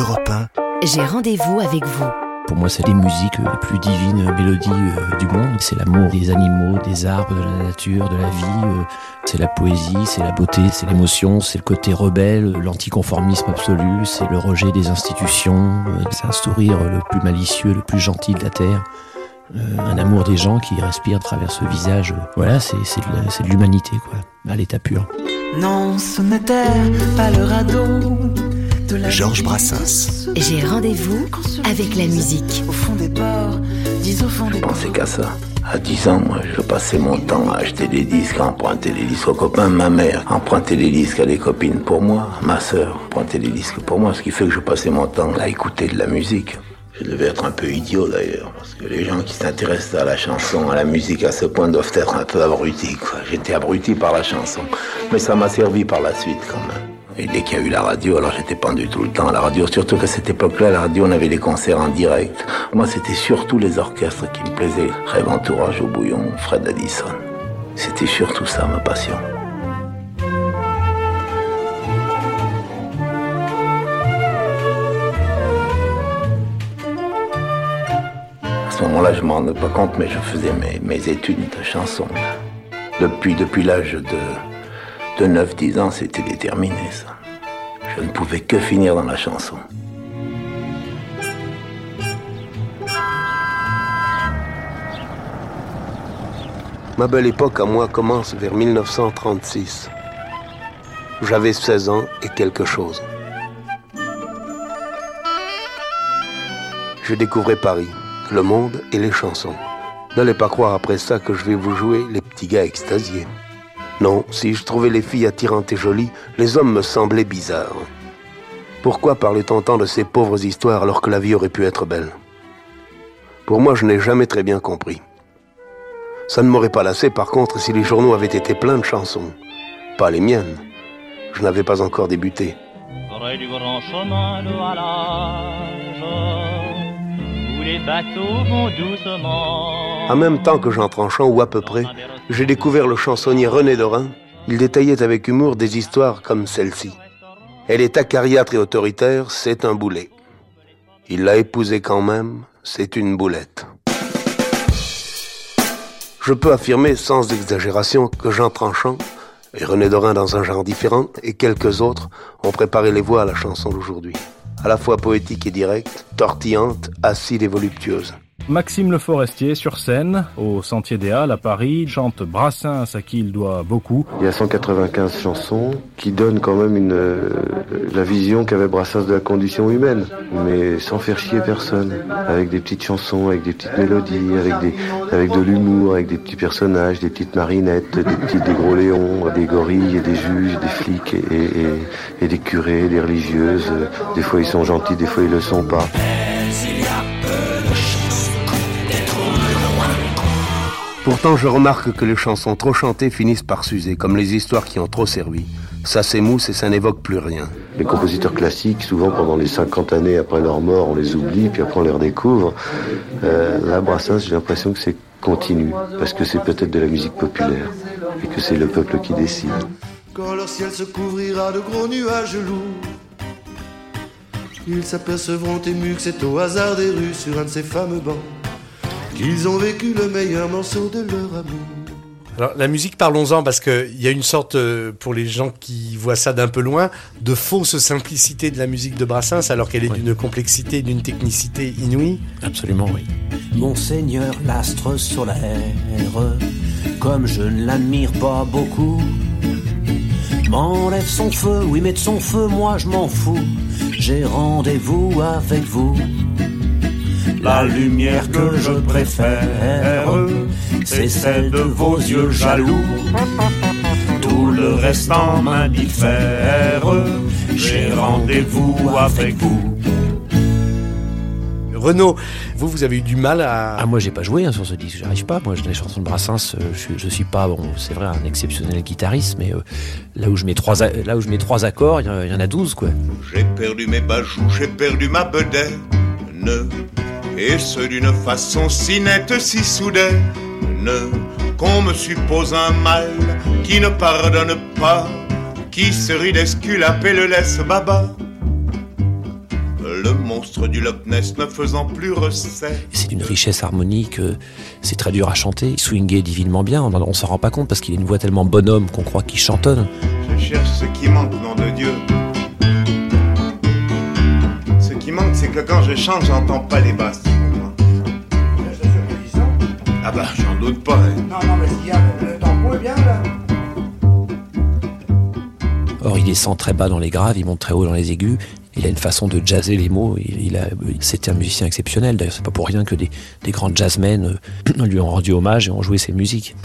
Europe 1. J'ai rendez-vous avec vous. Pour moi, c'est les musiques les plus divines mélodies du monde. C'est l'amour des animaux, des arbres, de la nature, de la vie. C'est la poésie, c'est la beauté, c'est l'émotion, c'est le côté rebelle, l'anticonformisme absolu, c'est le rejet des institutions, c'est un sourire le plus malicieux, le plus gentil de la terre. Un amour des gens qui respire à travers ce visage. Voilà, c'est de l'humanité, quoi, à l'état pur. Non, ce n'était pas le radeau de la Georges Brassens. J'ai rendez-vous avec la musique. Au fond des ports, dis au fond des ports. Je pensais qu'à ça. À 10 ans, moi, je passais mon temps à acheter des disques, à emprunter des disques aux copains. Ma mère empruntait des disques à des copines pour moi. Ma sœur empruntait des disques pour moi, ce qui fait que je passais mon temps à écouter de la musique. Je devais être un peu idiot d'ailleurs, parce que les gens qui s'intéressent à la chanson, à la musique à ce point doivent être un peu abrutis, quoi. J'étais abruti par la chanson, mais ça m'a servi par la suite quand même. Et dès qu'il y a eu la radio, alors j'étais pendu tout le temps à la radio, surtout qu'à cette époque-là, la radio, on avait des concerts en direct. Moi, c'était surtout les orchestres qui me plaisaient. Rêve Entourage au Bouillon, Fred Addison. C'était surtout ça, ma passion. À ce moment-là, je m'en rendais pas compte, mais je faisais mes études de chansons. Depuis l'âge de 9-10 ans, c'était déterminé, ça. Je ne pouvais que finir dans la chanson. Ma belle époque à moi commence vers 1936. J'avais 16 ans et quelque chose. Je découvrais Paris, le monde et les chansons. N'allez pas croire après ça que je vais vous jouer les petits gars extasiés. Non, si je trouvais les filles attirantes et jolies, les hommes me semblaient bizarres. Pourquoi parlait-on tant de ces pauvres histoires alors que la vie aurait pu être belle ? Pour moi, je n'ai jamais très bien compris. Ça ne m'aurait pas lassé, par contre, si les journaux avaient été pleins de chansons. Pas les miennes. Je n'avais pas encore débuté. Près du grand chemin de halage, où les bateaux vont doucement. En même temps que j'entre en chant, ou à peu près, j'ai découvert le chansonnier René Dorin. Il détaillait avec humour des histoires comme celle-ci. Elle est acariâtre et autoritaire, c'est un boulet. Il l'a épousée quand même, c'est une boulette. Je peux affirmer sans exagération que Jean Tranchant et René Dorin dans un genre différent et quelques autres ont préparé les voix à la chanson d'aujourd'hui. À la fois poétique et directe, tortillante, acide et voluptueuse. Maxime Le Forestier sur scène, au Sentier des Halles à Paris, chante Brassens à qui il doit beaucoup. Il y a 195 chansons qui donnent quand même la vision qu'avait Brassens de la condition humaine, mais sans faire chier personne, avec des petites chansons, avec des petites mélodies, avec de l'humour, avec des petits personnages, des petites marinettes, des gros léons, des gorilles, et des juges, des flics et des curés, des religieuses. Des fois ils sont gentils, des fois ils le sont pas. Pourtant, je remarque que les chansons trop chantées finissent par s'user, comme les histoires qui ont trop servi. Ça s'émousse et ça n'évoque plus rien. Les compositeurs classiques, souvent pendant les 50 années après leur mort, on les oublie, puis après on les redécouvre. Là, Brassens, j'ai l'impression que c'est continu, parce que c'est peut-être de la musique populaire, et que c'est le peuple qui décide. Quand leur ciel se couvrira de gros nuages lourds, ils s'apercevront émus que c'est au hasard des rues, sur un de ces fameux bancs, qu'ils ont vécu le meilleur morceau de leur amour. Alors la musique, parlons-en, parce qu'il y a une sorte, pour les gens qui voient ça d'un peu loin, de fausse simplicité de la musique de Brassens, alors qu'elle est d'une complexité et d'une technicité inouïe. Absolument, oui. Monseigneur l'astre solaire, comme je ne l'admire pas beaucoup, m'enlève son feu, oui mais de son feu moi je m'en fous, j'ai rendez-vous avec vous. La lumière que je préfère, c'est celle de vos yeux jaloux. Tout le reste en m'indiffère, j'ai rendez-vous avec vous. Renaud, vous avez eu du mal à... Ah, moi j'ai pas joué sur ce disque, j'arrive pas. Moi les chansons de Brassens, je suis pas, bon, c'est vrai, un exceptionnel guitariste, mais là où je mets trois accords, il y en a 12, quoi. J'ai perdu mes bajoux, j'ai perdu ma bedaine, et ce d'une façon si nette, si soudaine, qu'on me suppose un mal qui ne pardonne pas, qui se rit d'Esculape et le laisse baba. monstre du Loch Ness ne faisant plus recette. C'est d'une richesse harmonique, c'est très dur à chanter. Il swingait divinement bien, on s'en rend pas compte parce qu'il a une voix tellement bonhomme qu'on croit qu'il chantonne. Je cherche ce qui manque, nom de Dieu. Ce qui manque, c'est que quand je chante, j'entends pas les basses. Ah bah, j'en doute pas. Hein. Non, mais s'il y a le tempo est bien là. Or, il descend très bas dans les graves, il monte très haut dans les aigus. Il a une façon de jazzer les mots. C'était un musicien exceptionnel. D'ailleurs, c'est pas pour rien que des grands jazzmen lui ont rendu hommage et ont joué ses musiques.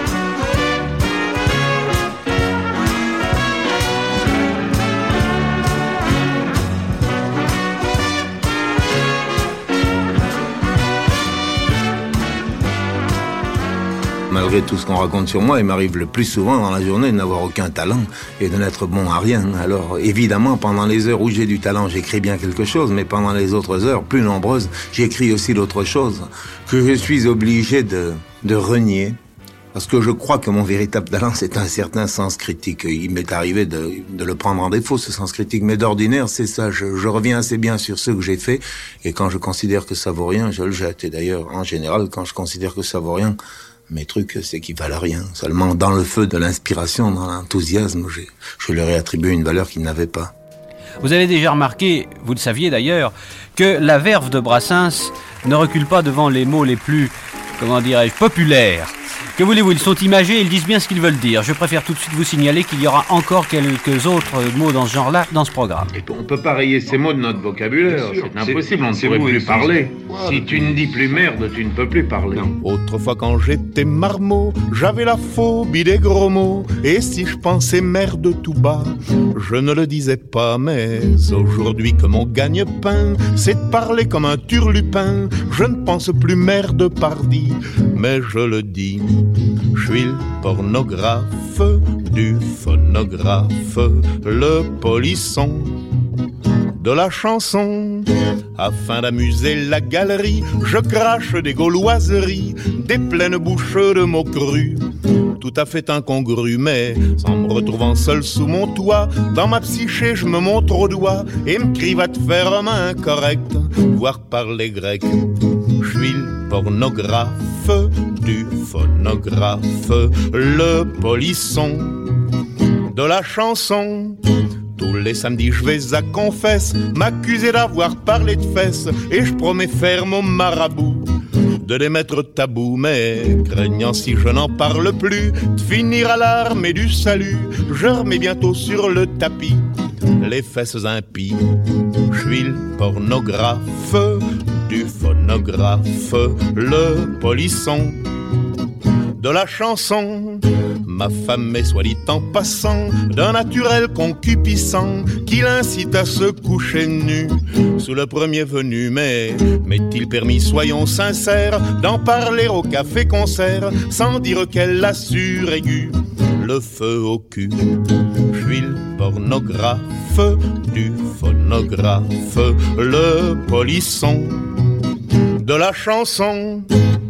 Malgré tout ce qu'on raconte sur moi, il m'arrive le plus souvent dans la journée de n'avoir aucun talent et de n'être bon à rien. Alors évidemment, pendant les heures où j'ai du talent, j'écris bien quelque chose, mais pendant les autres heures, plus nombreuses, j'écris aussi d'autres choses que je suis obligé de renier. Parce que je crois que mon véritable talent, c'est un certain sens critique. Il m'est arrivé de le prendre en défaut, ce sens critique. Mais d'ordinaire, c'est ça. Je reviens assez bien sur ce que j'ai fait. Et quand je considère que ça vaut rien, je le jette. Et d'ailleurs, en général, quand je considère que ça vaut rien, mes trucs, c'est qu'ils valent rien. Seulement, dans le feu de l'inspiration, dans l'enthousiasme, je leur ai attribué une valeur qu'ils n'avaient pas. Vous avez déjà remarqué, vous le saviez d'ailleurs, que la verve de Brassens ne recule pas devant les mots les plus, comment dirais-je, populaires. Que voulez-vous, ils sont imagés, ils disent bien ce qu'ils veulent dire. Je préfère tout de suite vous signaler qu'il y aura encore quelques autres mots dans ce genre-là, dans ce programme. On peut pas rayer ces mots de notre vocabulaire, c'est impossible, on ne pourrait plus parler. Si tu ne dis plus merde, tu ne peux plus parler. Non. Autrefois quand j'étais marmot, j'avais la phobie des gros mots. Et si je pensais merde tout bas, je ne le disais pas. Mais aujourd'hui que mon gagne-pain, c'est de parler comme un turlupin, je ne pense plus merde pardi, mais je le dis. Je suis le pornographe du phonographe, le polisson de la chanson. Afin d'amuser la galerie, je crache des gauloiseries, des pleines bouches de mots crus, tout à fait incongru, mais en me retrouvant seul sous mon toit, dans ma psyché je me montre au doigt et me crie va te faire homme incorrect, voire parler grec. Je suis le pornographe du phonographe, le polisson de la chanson. Tous les samedis je vais à confesse, m'accuser d'avoir parlé de fesses, et je promets ferme au marabout de les mettre tabou, mais craignant si je n'en parle plus, de finir à l'armée du salut, je remets bientôt sur le tapis les fesses impies. Je suis le pornographe du phonographe, le polisson de la chanson. Ma femme est, soit dit en passant, d'un naturel concupiscent qui l'incite à se coucher nu sous le premier venu. Mais m'est-il permis, soyons sincères, d'en parler au café-concert sans dire qu'elle assure aiguë le feu au cul. Je suis le pornographe du phonographe, le polisson de la chanson.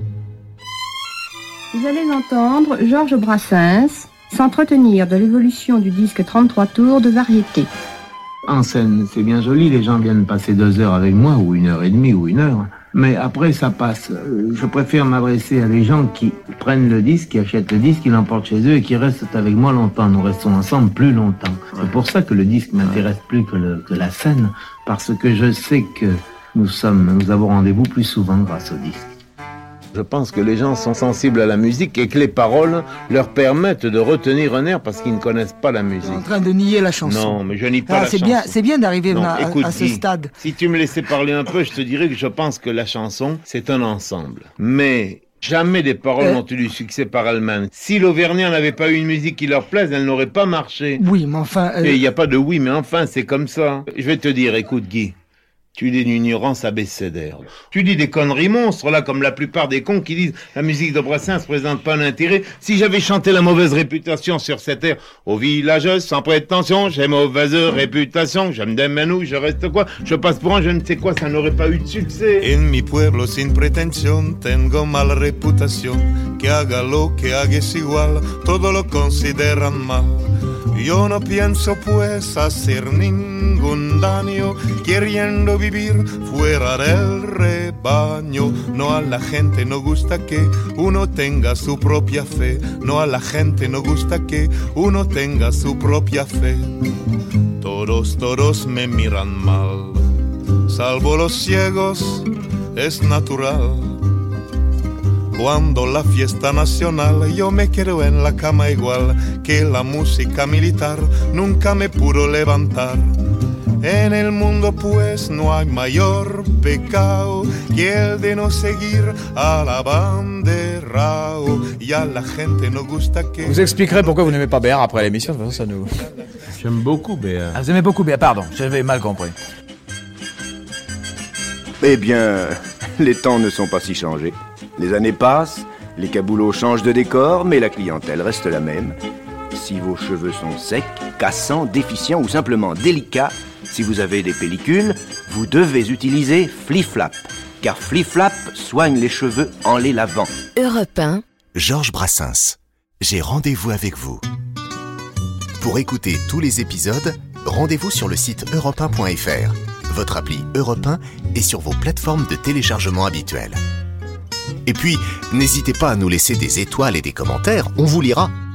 Vous allez entendre Georges Brassens s'entretenir de l'évolution du disque 33 tours de variété. En scène, c'est bien joli, les gens viennent passer 2 heures avec moi, ou 1h30, ou 1 heure. Mais après, ça passe. Je préfère m'adresser à des gens qui prennent le disque, qui achètent le disque, qui l'emportent chez eux et qui restent avec moi longtemps. Nous restons ensemble plus longtemps. C'est pour ça que le disque m'intéresse plus que la scène, parce que je sais que nous avons rendez-vous plus souvent grâce au disque. Je pense que les gens sont sensibles à la musique et que les paroles leur permettent de retenir un air parce qu'ils ne connaissent pas la musique. En train de nier la chanson. Non, mais je nie pas la chanson. C'est bien d'arriver à ce stade. Si tu me laissais parler un peu, je te dirais que je pense que la chanson, c'est un ensemble. Mais jamais des paroles n'ont eu du succès par elles-mêmes. Si l'Auvergnat n'avait pas eu une musique qui leur plaise, elle n'aurait pas marché. Oui, mais enfin... Et il n'y a pas de oui, mais enfin, c'est comme ça. Je vais te dire, écoute Guy, tu es d'une ignorance abécédaire. Tu dis des conneries monstres, là, comme la plupart des cons qui disent la musique de Brassens ne présente pas d'intérêt. Si j'avais chanté la mauvaise réputation sur cette air, au village sans prétention, j'ai mauvaise réputation, j'aime des menous, je reste quoi, je passe pour un je ne sais quoi, ça n'aurait pas eu de succès. En mi pueblo sin pretensión tengo mala reputación, que haga lo que hagas igual, todo lo consideran mal. Yo no pienso pues hacer ningún daño, queriendo vivir fuera del rebaño. No, a la gente no gusta que uno tenga su propia fe. No, a la gente no gusta que uno tenga su propia fe. Todos me miran mal, salvo los ciegos, es natural. Cuando la fiesta nacional yo me quedo en la cama igual que la música militar nunca me pudo levantar. En el mundo pues no hay mayor pecado que el de no seguir a la bandera. Y a la gente no gusta que... Vous expliquerez pourquoi vous n'aimez pas Béar après l'émission, de toute façon ça nous... J'aime beaucoup Béar. Ah, vous aimez beaucoup Béar, pardon, j'avais mal compris. Eh bien, les temps ne sont pas si changés. Les années passent, les caboulots changent de décor, mais la clientèle reste la même. Si vos cheveux sont secs, cassants, déficients ou simplement délicats, si vous avez des pellicules, vous devez utiliser Flip-Flap, car Flip-Flap soigne les cheveux en les lavant. Europe 1. Georges Brassens. J'ai rendez-vous avec vous. Pour écouter tous les épisodes, rendez-vous sur le site europe1.fr, votre appli Europe 1 et sur vos plateformes de téléchargement habituelles. Et puis, n'hésitez pas à nous laisser des étoiles et des commentaires, on vous lira.